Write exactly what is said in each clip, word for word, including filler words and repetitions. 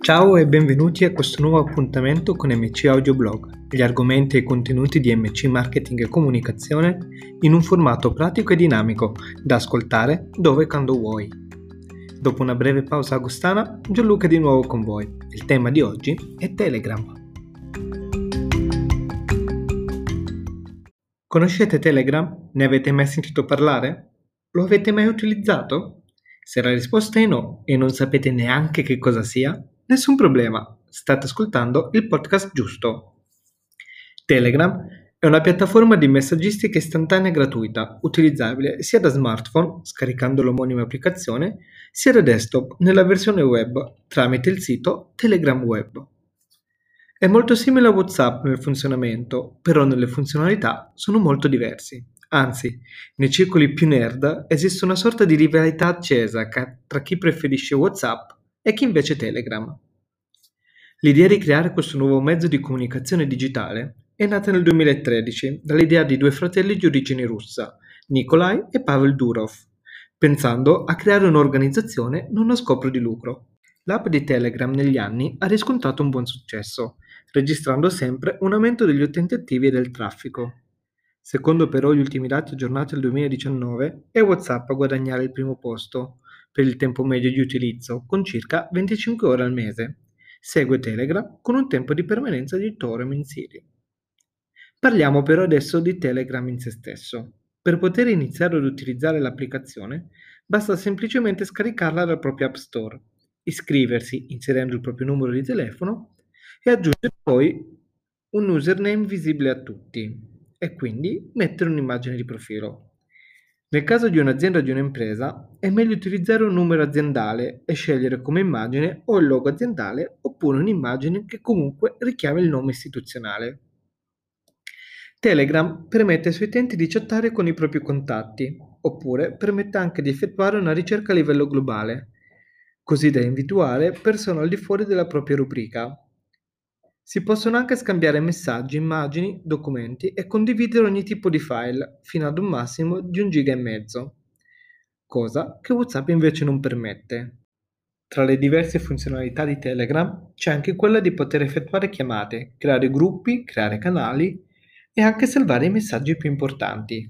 Ciao e benvenuti a questo nuovo appuntamento con M C Audioblog, gli argomenti e i contenuti di M C Marketing e Comunicazione in un formato pratico e dinamico, da ascoltare dove e quando vuoi. Dopo una breve pausa agostana, Gianluca è di nuovo con voi. Il tema di oggi è Telegram. Conoscete Telegram? Ne avete mai sentito parlare? Lo avete mai utilizzato? Se la risposta è no e non sapete neanche che cosa sia, nessun problema, state ascoltando il podcast giusto. Telegram è una piattaforma di messaggistica istantanea gratuita, utilizzabile sia da smartphone, scaricando l'omonima applicazione, sia da desktop nella versione web tramite il sito Telegram Web. È molto simile a WhatsApp nel funzionamento, però nelle funzionalità sono molto diversi. Anzi, nei circoli più nerd esiste una sorta di rivalità accesa ca- tra chi preferisce WhatsApp e chi invece Telegram. L'idea di creare questo nuovo mezzo di comunicazione digitale è nata nel duemilatredici dall'idea di due fratelli di origine russa, Nikolai e Pavel Durov, pensando a creare un'organizzazione non a scopo di lucro. L'app di Telegram negli anni ha riscontrato un buon successo, registrando sempre un aumento degli utenti attivi e del traffico. Secondo però gli ultimi dati aggiornati al duemiladiciannove, è WhatsApp a guadagnare il primo posto per il tempo medio di utilizzo, con circa venticinque ore al mese. Segue Telegram con un tempo di permanenza di otto ore mensili. Parliamo però adesso di Telegram in se stesso. Per poter iniziare ad utilizzare l'applicazione, basta semplicemente scaricarla dal proprio App Store, iscriversi inserendo il proprio numero di telefono e aggiungere poi un username visibile a tutti e quindi mettere un'immagine di profilo. Nel caso di un'azienda o di un'impresa è meglio utilizzare un numero aziendale e scegliere come immagine o il logo aziendale oppure un'immagine che comunque richiami il nome istituzionale. Telegram permette ai suoi utenti di chattare con i propri contatti, oppure permette anche di effettuare una ricerca a livello globale, così da individuare persone al di fuori della propria rubrica. Si possono anche scambiare messaggi, immagini, documenti e condividere ogni tipo di file, fino ad un massimo di un giga e mezzo, cosa che WhatsApp invece non permette. Tra le diverse funzionalità di Telegram c'è anche quella di poter effettuare chiamate, creare gruppi, creare canali e anche salvare i messaggi più importanti.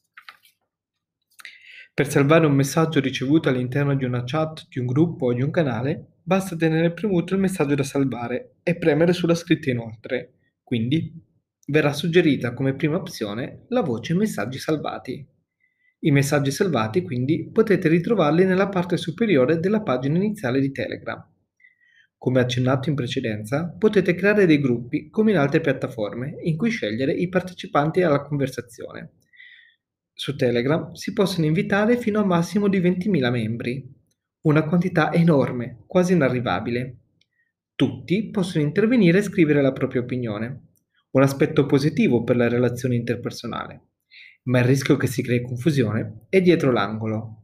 Per salvare un messaggio ricevuto all'interno di una chat, di un gruppo o di un canale, basta tenere premuto il messaggio da salvare e premere sulla scritta inoltre. Quindi verrà suggerita come prima opzione la voce messaggi salvati. I messaggi salvati quindi potete ritrovarli nella parte superiore della pagina iniziale di Telegram. Come accennato in precedenza, potete creare dei gruppi come in altre piattaforme in cui scegliere i partecipanti alla conversazione. Su Telegram si possono invitare fino a un massimo di ventimila membri, una quantità enorme, quasi inarrivabile. Tutti possono intervenire e scrivere la propria opinione, un aspetto positivo per la relazione interpersonale, ma il rischio che si crei confusione è dietro l'angolo.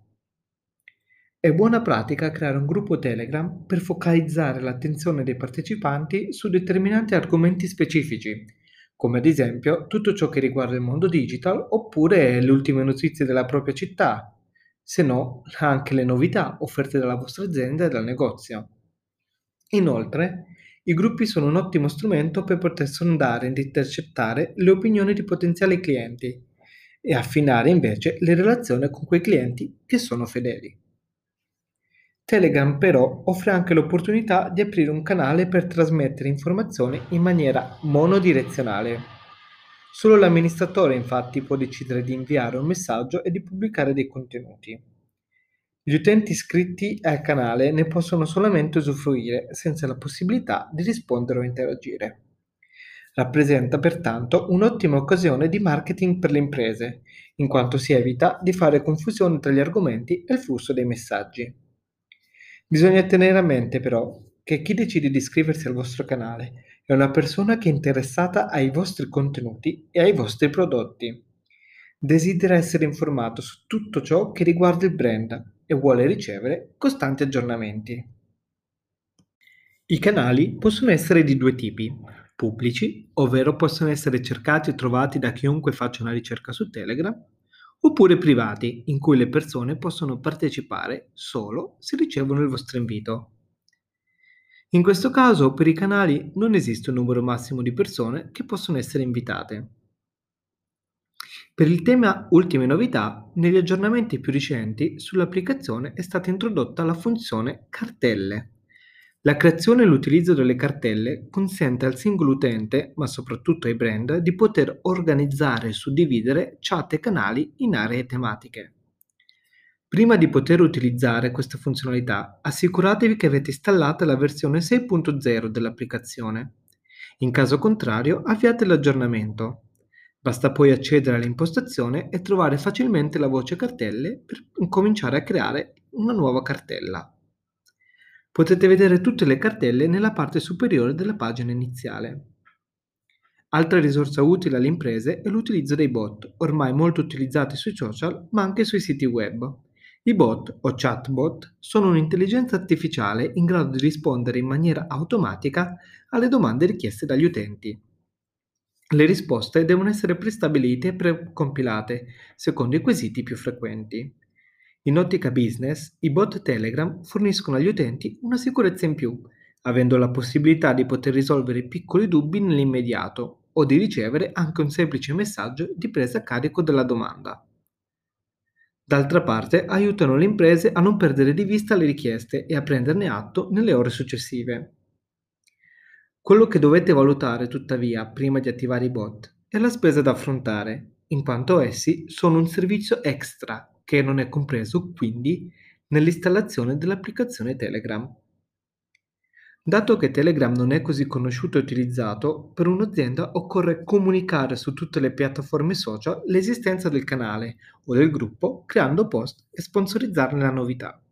È buona pratica creare un gruppo Telegram per focalizzare l'attenzione dei partecipanti su determinati argomenti specifici, come ad esempio tutto ciò che riguarda il mondo digital oppure le ultime notizie della propria città, se no anche le novità offerte dalla vostra azienda e dal negozio. Inoltre, i gruppi sono un ottimo strumento per poter sondare ed intercettare le opinioni di potenziali clienti e affinare invece le relazioni con quei clienti che sono fedeli. Telegram però offre anche l'opportunità di aprire un canale per trasmettere informazioni in maniera monodirezionale. Solo l'amministratore infatti può decidere di inviare un messaggio e di pubblicare dei contenuti. Gli utenti iscritti al canale ne possono solamente usufruire senza la possibilità di rispondere o interagire. Rappresenta pertanto un'ottima occasione di marketing per le imprese, in quanto si evita di fare confusione tra gli argomenti e il flusso dei messaggi. Bisogna tenere a mente però che chi decide di iscriversi al vostro canale è una persona che è interessata ai vostri contenuti e ai vostri prodotti. Desidera essere informato su tutto ciò che riguarda il brand e vuole ricevere costanti aggiornamenti. I canali possono essere di due tipi: pubblici, ovvero possono essere cercati e trovati da chiunque faccia una ricerca su Telegram, oppure privati, in cui le persone possono partecipare solo se ricevono il vostro invito. In questo caso, per i canali non esiste un numero massimo di persone che possono essere invitate. Per il tema ultime novità, negli aggiornamenti più recenti sull'applicazione è stata introdotta la funzione cartelle. La creazione e l'utilizzo delle cartelle consente al singolo utente, ma soprattutto ai brand, di poter organizzare e suddividere chat e canali in aree tematiche. Prima di poter utilizzare questa funzionalità, assicuratevi che avete installata la versione sei punto zero dell'applicazione. In caso contrario, avviate l'aggiornamento. Basta poi accedere all'impostazione e trovare facilmente la voce cartelle per cominciare a creare una nuova cartella. Potete vedere tutte le cartelle nella parte superiore della pagina iniziale. Altra risorsa utile alle imprese è l'utilizzo dei bot, ormai molto utilizzati sui social ma anche sui siti web. I bot o chatbot sono un'intelligenza artificiale in grado di rispondere in maniera automatica alle domande richieste dagli utenti. Le risposte devono essere prestabilite e precompilate secondo i quesiti più frequenti. In ottica business, i bot Telegram forniscono agli utenti una sicurezza in più, avendo la possibilità di poter risolvere piccoli dubbi nell'immediato o di ricevere anche un semplice messaggio di presa a carico della domanda. D'altra parte, aiutano le imprese a non perdere di vista le richieste e a prenderne atto nelle ore successive. Quello che dovete valutare, tuttavia, prima di attivare i bot è la spesa da affrontare, in quanto essi sono un servizio extra che non è compreso quindi nell'installazione dell'applicazione Telegram. Dato che Telegram non è così conosciuto e utilizzato, per un'azienda occorre comunicare su tutte le piattaforme social l'esistenza del canale o del gruppo, creando post e sponsorizzarne la novità.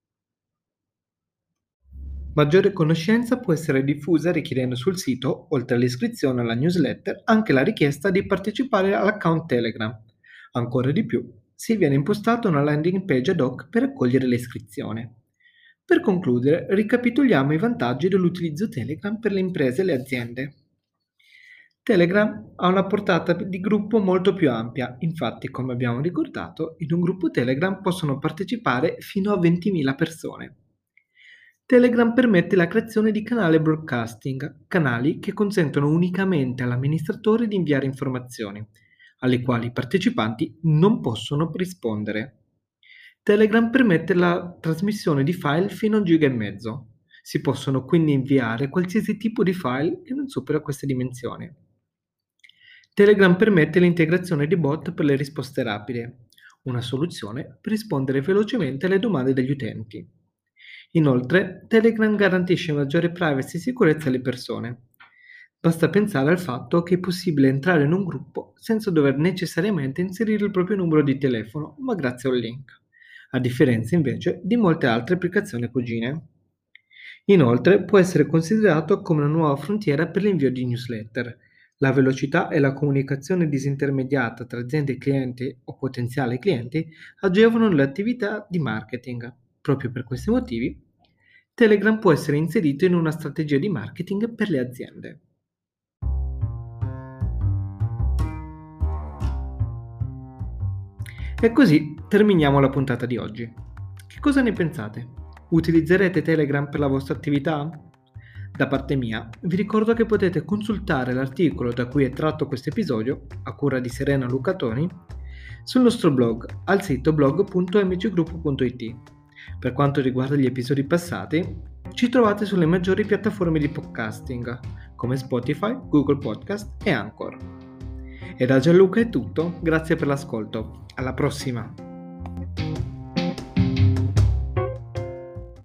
Maggiore conoscenza può essere diffusa richiedendo sul sito, oltre all'iscrizione alla newsletter, anche la richiesta di partecipare all'account Telegram. Ancora di più, si viene impostata una landing page ad hoc per accogliere le iscrizioni. Per concludere, ricapitoliamo i vantaggi dell'utilizzo Telegram per le imprese e le aziende. Telegram ha una portata di gruppo molto più ampia, infatti, come abbiamo ricordato, in un gruppo Telegram possono partecipare fino a ventimila persone. Telegram permette la creazione di canali broadcasting, canali che consentono unicamente all'amministratore di inviare informazioni, alle quali i partecipanti non possono rispondere. Telegram permette la trasmissione di file fino a un giga e mezzo. Si possono quindi inviare qualsiasi tipo di file che non supera queste dimensioni. Telegram permette l'integrazione di bot per le risposte rapide, una soluzione per rispondere velocemente alle domande degli utenti. Inoltre, Telegram garantisce maggiore privacy e sicurezza alle persone. Basta pensare al fatto che è possibile entrare in un gruppo senza dover necessariamente inserire il proprio numero di telefono, ma grazie a un link, a differenza invece di molte altre applicazioni cugine. Inoltre, può essere considerato come una nuova frontiera per l'invio di newsletter. La velocità e la comunicazione disintermediata tra aziende e clienti o potenziali clienti agevolano le attività di marketing. Proprio per questi motivi, Telegram può essere inserito in una strategia di marketing per le aziende. E così terminiamo la puntata di oggi. Che cosa ne pensate? Utilizzerete Telegram per la vostra attività? Da parte mia, vi ricordo che potete consultare l'articolo da cui è tratto questo episodio, a cura di Serena Lucatoni, sul nostro blog al sito blog punto m c group punto i t. Per quanto riguarda gli episodi passati, ci trovate sulle maggiori piattaforme di podcasting, come Spotify, Google Podcast e Anchor. E da Gianluca è tutto, grazie per l'ascolto, alla prossima!